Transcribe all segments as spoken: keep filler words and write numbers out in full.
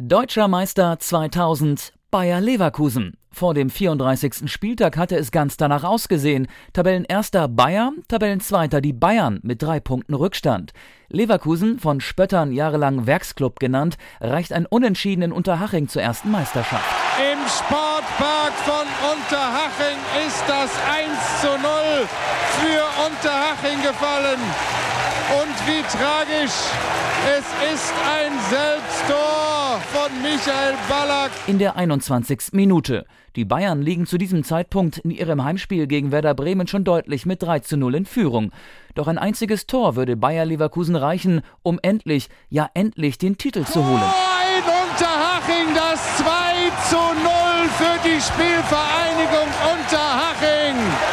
Deutscher Meister zweitausend, Bayer Leverkusen. Vor dem vierunddreißigsten Spieltag hatte es ganz danach ausgesehen. Tabellenerster Bayer, Tabellenzweiter die Bayern mit drei Punkten Rückstand. Leverkusen, von Spöttern jahrelang Werksclub genannt, reicht ein Unentschieden in Unterhaching zur ersten Meisterschaft. Im Sportpark von Unterhaching ist das eins zu null für Unterhaching gefallen. Und wie tragisch, es ist ein Selbsttor von Michael Ballack. In der einundzwanzigsten Minute. Die Bayern liegen zu diesem Zeitpunkt in ihrem Heimspiel gegen Werder Bremen schon deutlich mit drei zu null in Führung. Doch ein einziges Tor würde Bayer Leverkusen reichen, um endlich, ja endlich den Titel zu holen. Oh, in Unterhaching das zwei zu null für die Spielvereinigung Unterhaching.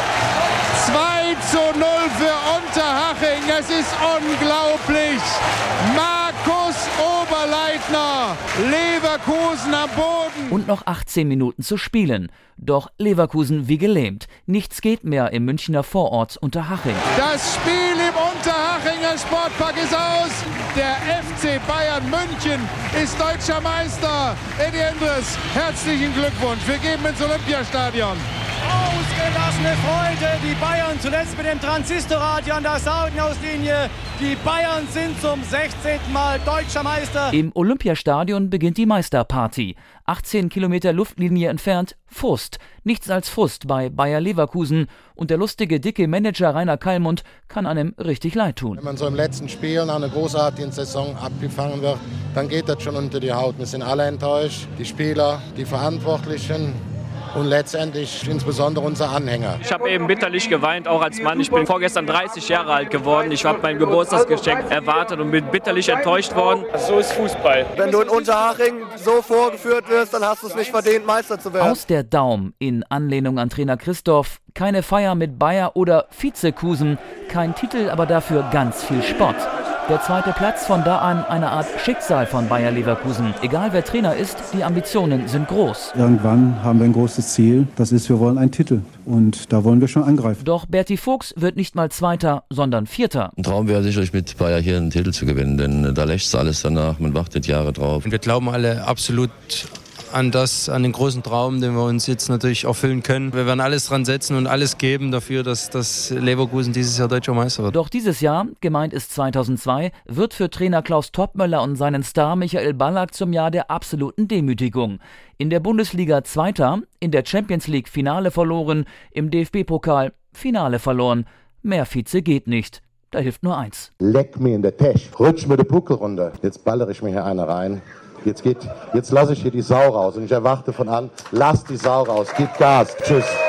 zwei zu null für Unterhaching, es ist unglaublich. Markus Oberleitner, Leverkusen am Boden. Und noch achtzehn Minuten zu spielen. Doch Leverkusen wie gelähmt. Nichts geht mehr im Münchner Vorort Unterhaching. Das Spiel im Unterhachinger Sportpark ist aus. Der F C Bayern München ist deutscher Meister. Eddie Endres, herzlichen Glückwunsch. Wir geben ins Olympiastadion. Ausgelassene Freude, die Bayern zuletzt mit dem Transistorradio an der Saugenauslinie. Die Bayern sind zum sechzehnten Mal deutscher Meister. Im Olympiastadion beginnt die Meisterparty. achtzehn Kilometer Luftlinie entfernt, Frust. Nichts als Frust bei Bayer Leverkusen. Und der lustige, dicke Manager Rainer Kallmund kann einem richtig leid tun. Wenn man so im letzten Spiel nach einer großartigen Saison abgefangen wird, dann geht das schon unter die Haut. Wir sind alle enttäuscht, die Spieler, die Verantwortlichen. Und letztendlich insbesondere unser Anhänger. Ich habe eben bitterlich geweint, auch als Mann. Ich bin vorgestern dreißig Jahre alt geworden. Ich habe mein Geburtstagsgeschenk erwartet und bin bitterlich enttäuscht worden. So ist Fußball. Wenn du in Unterhaching so vorgeführt wirst, dann hast du es nicht verdient, Meister zu werden. Aus der Daum, in Anlehnung an Trainer Christoph, keine Feier mit Bayer oder Vizekusen, kein Titel, aber dafür ganz viel Spott. Der zweite Platz von da an eine Art Schicksal von Bayer Leverkusen. Egal wer Trainer ist, die Ambitionen sind groß. Irgendwann haben wir ein großes Ziel, das ist, wir wollen einen Titel. Und da wollen wir schon angreifen. Doch Berti Fuchs wird nicht mal Zweiter, sondern Vierter. Ein Traum wäre sicherlich mit Bayer hier einen Titel zu gewinnen, denn da lächzt alles danach, man wartet Jahre drauf. Wir glauben alle absolut an das, an den großen Traum, den wir uns jetzt natürlich erfüllen können. Wir werden alles dran setzen und alles geben dafür, dass das Leverkusen dieses Jahr deutscher Meister wird. Doch dieses Jahr, gemeint ist zweitausendzwei, wird für Trainer Klaus Toppmöller und seinen Star Michael Ballack zum Jahr der absoluten Demütigung. In der Bundesliga Zweiter, in der Champions League Finale verloren, im D F B-Pokal Finale verloren. Mehr Vize geht nicht. Da hilft nur eins. Leck mir in der Tasche, rutsch mir den Puckel runter. Jetzt ballere ich mir hier eine rein. Jetzt, geht, jetzt lasse ich hier die Sau raus und ich erwarte von an, lass die Sau raus, gib Gas, tschüss.